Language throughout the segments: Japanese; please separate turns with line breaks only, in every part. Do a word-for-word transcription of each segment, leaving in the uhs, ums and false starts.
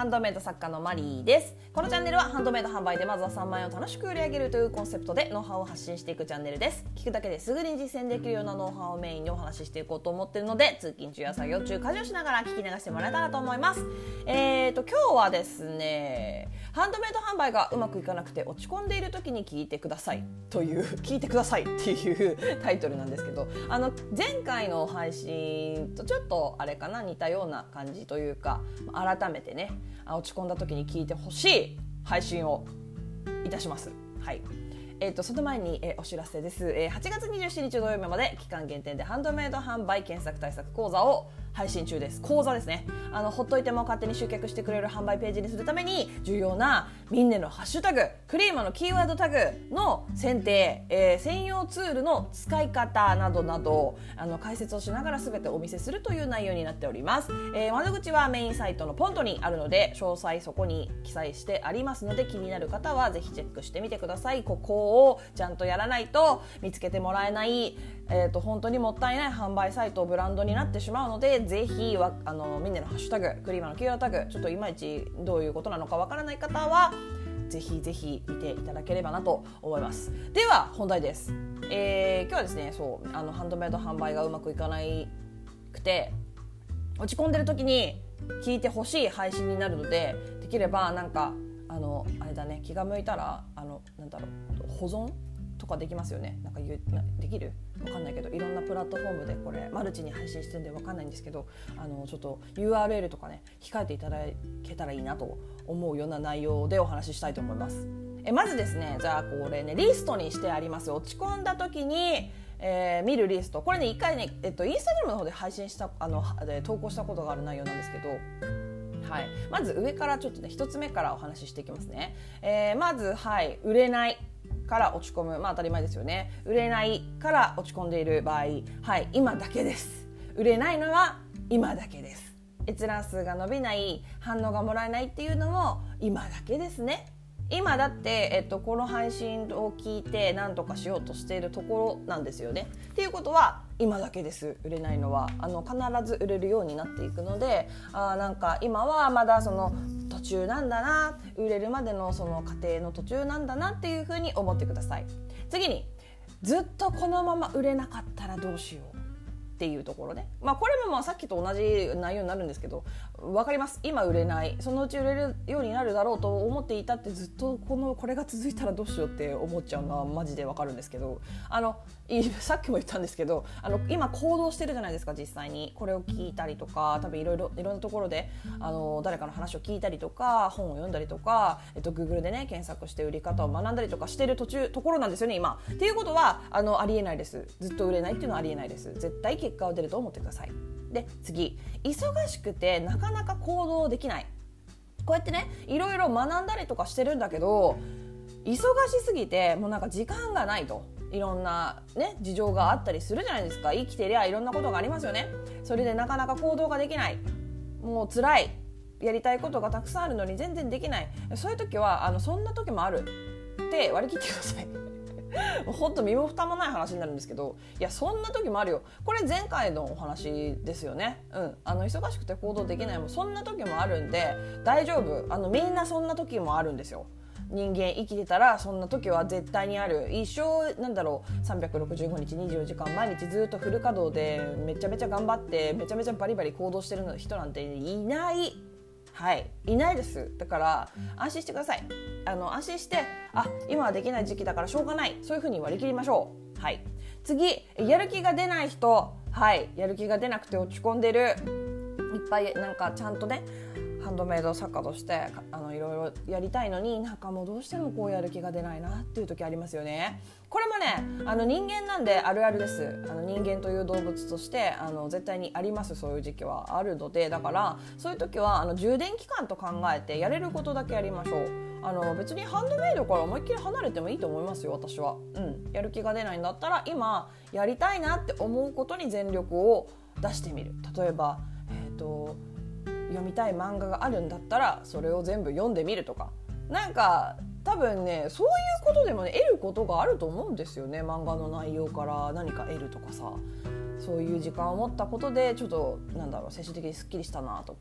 ンドメイド作家のマリーです。このチャンネルはハンドメイド販売でまずはさんまん円を楽しく売り上げるというコンセプトでノウハウを発信していくチャンネルです。聞くだけですぐに実践できるようなノウハウをメインにお話ししていこうと思っているので、通勤中や作業中、家事をしながら聞き流してもらえたらと思います。えーと今日はですね、ハンドメイド販売がうまくいかなくて落ち込んでいる時に聞いてくださいという聞いてくださいっていうタイトルなんですけど、あの前回の配信とちょっとあれかな、似たような感じというか、改めてね、落ち込んだ時に聞いてほしい配信をいたします。はい。えー、とその前に、えー、お知らせです、えー、はちがつにじゅうしちにち土曜日まで期間限定でハンドメイド販売検索対策講座を配信中です。講座ですね。あのほっといても勝手に集客してくれる販売ページにするために重要なミンネのハッシュタグ、クリーマのキーワードタグの選定、えー、専用ツールの使い方などなど、あの解説をしながら全てお見せするという内容になっております。えー、窓口はメインサイトのポントにあるので、詳細そこに記載してありますので、気になる方はぜひチェックしてみてください。ここをちゃんとやらないと見つけてもらえない、えー、と本当にもったいない販売サイト、ブランドになってしまうので、ぜひはあのみんなのハッシュタグ、クリーマのキーワードタグ、ちょっといまいちどういうことなのかわからない方はぜひぜひ見ていただければなと思います。では本題です。えー、今日はですね、そうあのハンドメイド販売がうまくいかなくて落ち込んでる時に聞いてほしい配信になるので、できればなんかあのあれだね、気が向いたらあのなんだろう、保存とかできますよね。なんか言うなできるわかんないけど、いろんなプラットフォームでこれマルチに配信してるんでわかんないんですけど、あのちょっと ユーアールエル とかね控えていただけたらいいなと思うような内容でお話ししたいと思います。えまずですね、じゃあこれねリストにしてあります。落ち込んだ時に、えー、見るリスト、これね一回ね、えっと、インスタグラムの方で配信したあので投稿したことがある内容なんですけど、はい、まず上からちょっとね一つ目からお話ししていきますね。えー、まず、はい、売れないから落ち込む、まあ当たり前ですよね。売れないから落ち込んでいる場合、はい、今だけです。売れないのは今だけです。閲覧数が伸びない、反応がもらえないっていうのも今だけですね。今だって、えっと、この配信を聞いて何とかしようとしているところなんですよね。っていうことは今だけです。売れないのはあの必ず売れるようになっていくので、あなんか今はまだその途中なんだな、売れるまでのその過程の途中なんだなっていうふうに思ってください。次に、ずっとこのまま売れなかったらどうしようっていうところね。まあこれもまあさっきと同じ内容になるんですけど、分かります。今売れない、そのうち売れるようになるだろうと思っていたって、ずっとこのこれが続いたらどうしようって思っちゃうのはマジで分かるんですけど、あのさっきも言ったんですけど、あの今行動してるじゃないですか。実際にこれを聞いたりとか、多分いろいろいろんなところであの誰かの話を聞いたりとか、本を読んだりとか、えっと Google でね検索して売り方を学んだりとかしてる途中ところなんですよね今。っていうことはあのありえないです。ずっと売れないっていうのはありえないです。絶対結果は出ると思ってください。で次、忙しくてなかなか行動できない。こうやってねいろいろ学んだりとかしてるんだけど、忙しすぎてもうなんか時間がないと、いろんなね事情があったりするじゃないですか。生きてりゃいろんなことがありますよね。それでなかなか行動ができない、もう辛い、やりたいことがたくさんあるのに全然できない。そういう時はあのそんな時もあるって割り切ってください。ほんと身も蓋もない話になるんですけど、いやそんな時もあるよ。これ前回のお話ですよね。うん、あの忙しくて行動できないもそんな時もあるんで大丈夫。あのみんなそんな時もあるんですよ。人間生きてたらそんな時は絶対にある。一生なんだろう、さんびゃくろくじゅうごにちにじゅうよじかん毎日ずっとフル稼働でめちゃめちゃ頑張ってめちゃめちゃバリバリ行動してる人なんていない。はい、いないです。だから安心してください。あの安心して、あ今はできない時期だからしょうがない、そういう風に割り切りましょう。はい、次、やる気が出ない人、はい、やる気が出なくて落ち込んでる、いっぱいなんかちゃんとねハンドメイド作家としてあのいろいろやりたいのに、なんかもうどうしてもこうやる気が出ないなっていう時ありますよね。これもねあの人間なんであるあるです。あの人間という動物としてあの絶対にあります。そういう時期はあるので、だからそういう時はあの充電期間と考えてやれることだけやりましょう。あの別にハンドメイドから思いっきり離れてもいいと思いますよ、私は。うん、やる気が出ないんだったら今やりたいなって思うことに全力を出してみる。例えば、えーと読みたい漫画があるんだったらそれを全部読んでみるとか、なんか多分ねそういうことでもね得ることがあると思うんですよね。漫画の内容から何か得るとかさ、そういう時間を持ったことでちょっとなんだろう精神的にスッキリしたなとか、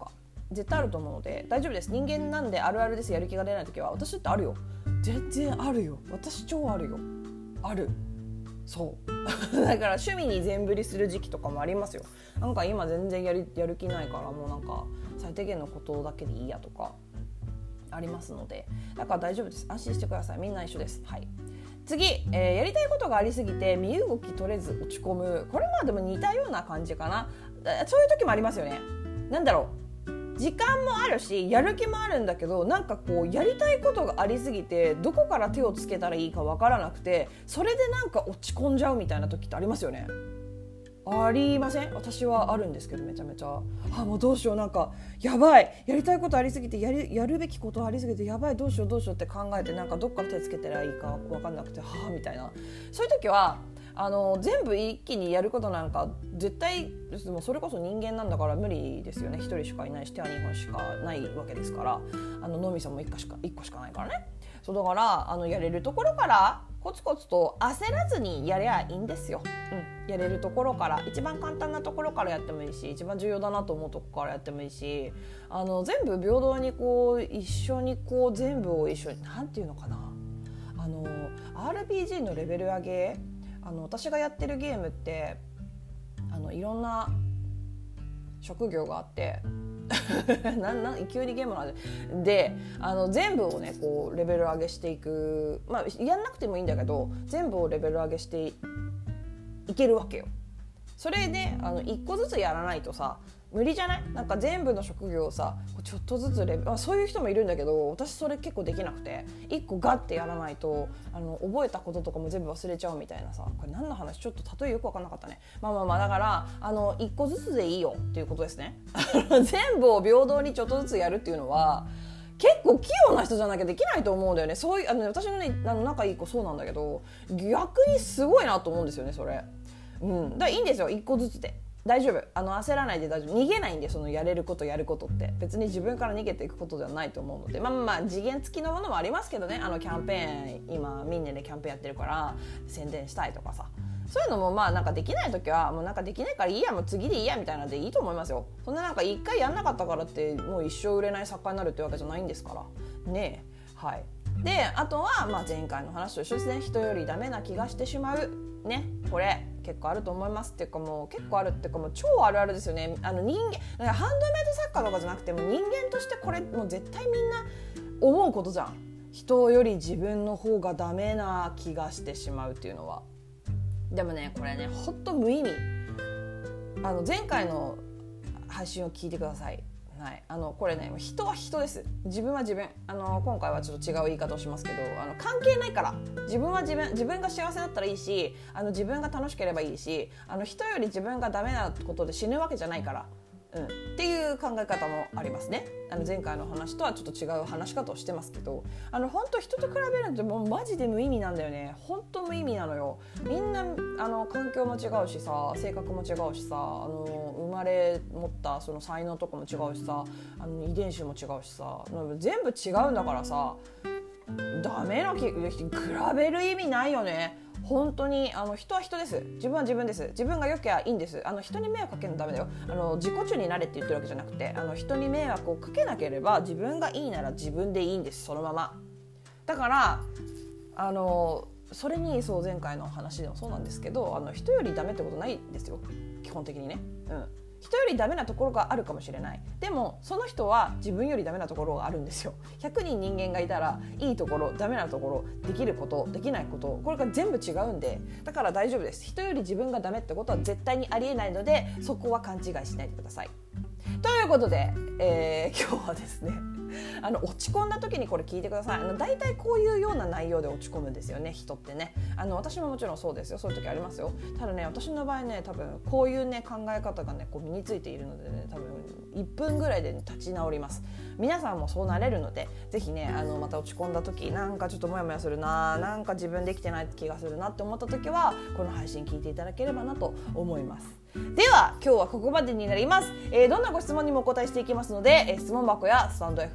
絶対あると思うので大丈夫です。人間なんであるあるです。やる気が出ない時は私だってあるよ。全然あるよ。私超あるよ。ある。そうだから趣味に全振りする時期とかもありますよ。なんか今全然やりやる気ないからもうなんか最低限のことだけでいいやとかありますので、だから大丈夫です。安心してください。みんな一緒です。はい。次、えー、やりたいことがありすぎて身動き取れず落ち込む。これまあでも似たような感じかな。そういう時もありますよね。なんだろう、時間もあるしやる気もあるんだけど、なんかこうやりたいことがありすぎてどこから手をつけたらいいかわからなくて、それでなんか落ち込んじゃうみたいな時ってありますよね。ありません？私はあるんですけど、めちゃめちゃあもうどうしよう、なんかやばい、やりたいことありすぎて やる、やるべきことありすぎてやばい、どうしようどうしようって考えて、なんかどっから手つけたらいいか分かんなくてはぁみたいな、そういう時はあの全部一気にやることなんか絶対もうそれこそ人間なんだから無理ですよね。一人しかいないし手はにほんしかないわけですから、あの脳みそもいっこしかいっこしかないからね。そうだからあのやれるところからコツコツと焦らずにやればいいんですよ、うん、やれるところから一番簡単なところからやってもいいし、一番重要だなと思うところからやってもいいし、あの全部平等にこう一緒にこう全部を一緒になんていうのかな、あの アールピージー のレベル上げ、あの私がやってるゲームってあのいろんな職業があってなな急にゲームなんで、あの全部をねこうレベル上げしていく、まあやんなくてもいいんだけど全部をレベル上げして い, いけるわけよ。それであのいっこずつやらないとさ無理じゃない？なんか全部の職業をさちょっとずつレベル、あ、そういう人もいるんだけど私それ結構できなくて、いっこガッてやらないとあの覚えたこととかも全部忘れちゃうみたいなさ、これ何の話、ちょっと例えよく分かんなかったね。まあまあまあだからあのいっこずつでいいよっていうことですね全部を平等にちょっとずつやるっていうのは結構器用な人じゃなきゃできないと思うんだよね。そういうあの私のねあの仲いい子そうなんだけど逆にすごいなと思うんですよねそれ。うん、だからいいんですよ、いっこずつで大丈夫。あの焦らないで大丈夫。逃げないんで、そのやれることやることって別に自分から逃げていくことではないと思うので、まあまあ次元付きのものもありますけどね。あのキャンペーン今みんなでキャンペーンやってるから宣伝したいとかさ、そういうのもまあなんかできない時はもうなんかできないからいいや、もう次でいいやみたいなのでいいと思いますよ。そんななんか一回やんなかったからってもう一生売れない作家になるってわけじゃないんですからねえ。はい。であとはまあ前回の話と一緒ですね。人よりダメな気がしてしまうね、これ結構あると思いますっていうか、もう結構あるっていうかもう超あるあるですよね。あの人間だからハンドメイド作家とかじゃなくても人間としてこれもう絶対みんな思うことじゃん。人より自分の方がダメな気がしてしまうっていうのは。でもねこれねほんと無意味。あの前回の配信を聞いてください。はい、あのこれね人は人です。自分は自分。あの今回はちょっと違う言い方をしますけど、あの関係ないから。自分は自分、自分が幸せだったらいいし、あの自分が楽しければいいし、あの人より自分がダメなことで死ぬわけじゃないから、うん、っていう考え方もありますね。あの前回の話とはちょっと違う話し方をしてますけど、あの本当人と比べるのってもうマジで無意味なんだよね。本当無意味なのよ。みんなあの環境も違うしさ、性格も違うしさ、あの生まれ持ったその才能とかも違うしさ、あの遺伝子も違うしさ、全部違うんだからさ、ダメな気比べる意味ないよね。本当にあの人は人です。自分は自分です。自分が良きゃいいんです。あの人に迷惑かけるのダメだよ。あの自己中になれって言ってるわけじゃなくて、あの人に迷惑をかけなければ自分がいいなら自分でいいんです。そのまま。だからあのそれにそう前回の話でもそうなんですけど、あの人よりダメってことないですよ。基本的にね。うん。人よりダメなところがあるかもしれない。でもその人は自分よりダメなところがあるんですよ。ひゃくにん人間がいたらいいところ、ダメなところ、できること、できないこと、これが全部違うんで、だから大丈夫です。人より自分がダメってことは絶対にありえないので、そこは勘違いしないでください。ということで、えー、今日はですねあの落ち込んだ時にこれ聞いてください。あの大体こういうような内容で落ち込むんですよね、人ってね。あの私ももちろんそうですよ。そういう時ありますよ。ただね、私の場合ね、多分こういうね考え方がねこう身についているのでね、多分いっぷんぐらいで、ね、立ち直ります。皆さんもそうなれるので、ぜひね、あのまた落ち込んだ時、なんかちょっとモヤモヤするな、なんか自分できてない気がするなって思った時は、この配信聞いていただければなと思います。では今日はここまでになります。えー、どんなご質問にもお答えしていきますので、えー、質問箱やスタンド エフ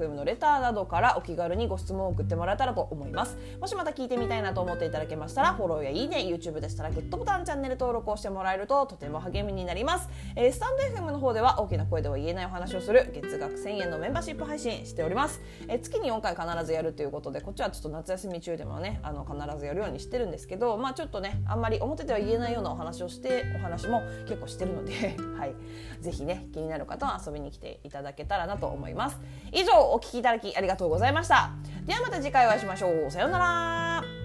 エム のレターなどからお気軽にご質問を送ってもらえたらと思います。もしまた聞いてみたいなと思っていただけましたらフォローやいいね、 YouTube でしたらグッドボタン、チャンネル登録をしてもらえるととても励みになります。えー、スタンド エフエム の方では大きな声では言えないお話をする月額せんえんのメンバーシップ配信しております。えー、月によんかい必ずやるということで、こっちはちょっと夏休み中でもねあの必ずやるようにしてるんですけど、まあちょっとねあんまり表では言えないようなお話をしてお話も結構してるのではい、ぜひね気になる方は遊びに来ていただけたらなと思います。以上お聞きいただきありがとうございました。ではまた次回お会いしましょう。さようなら。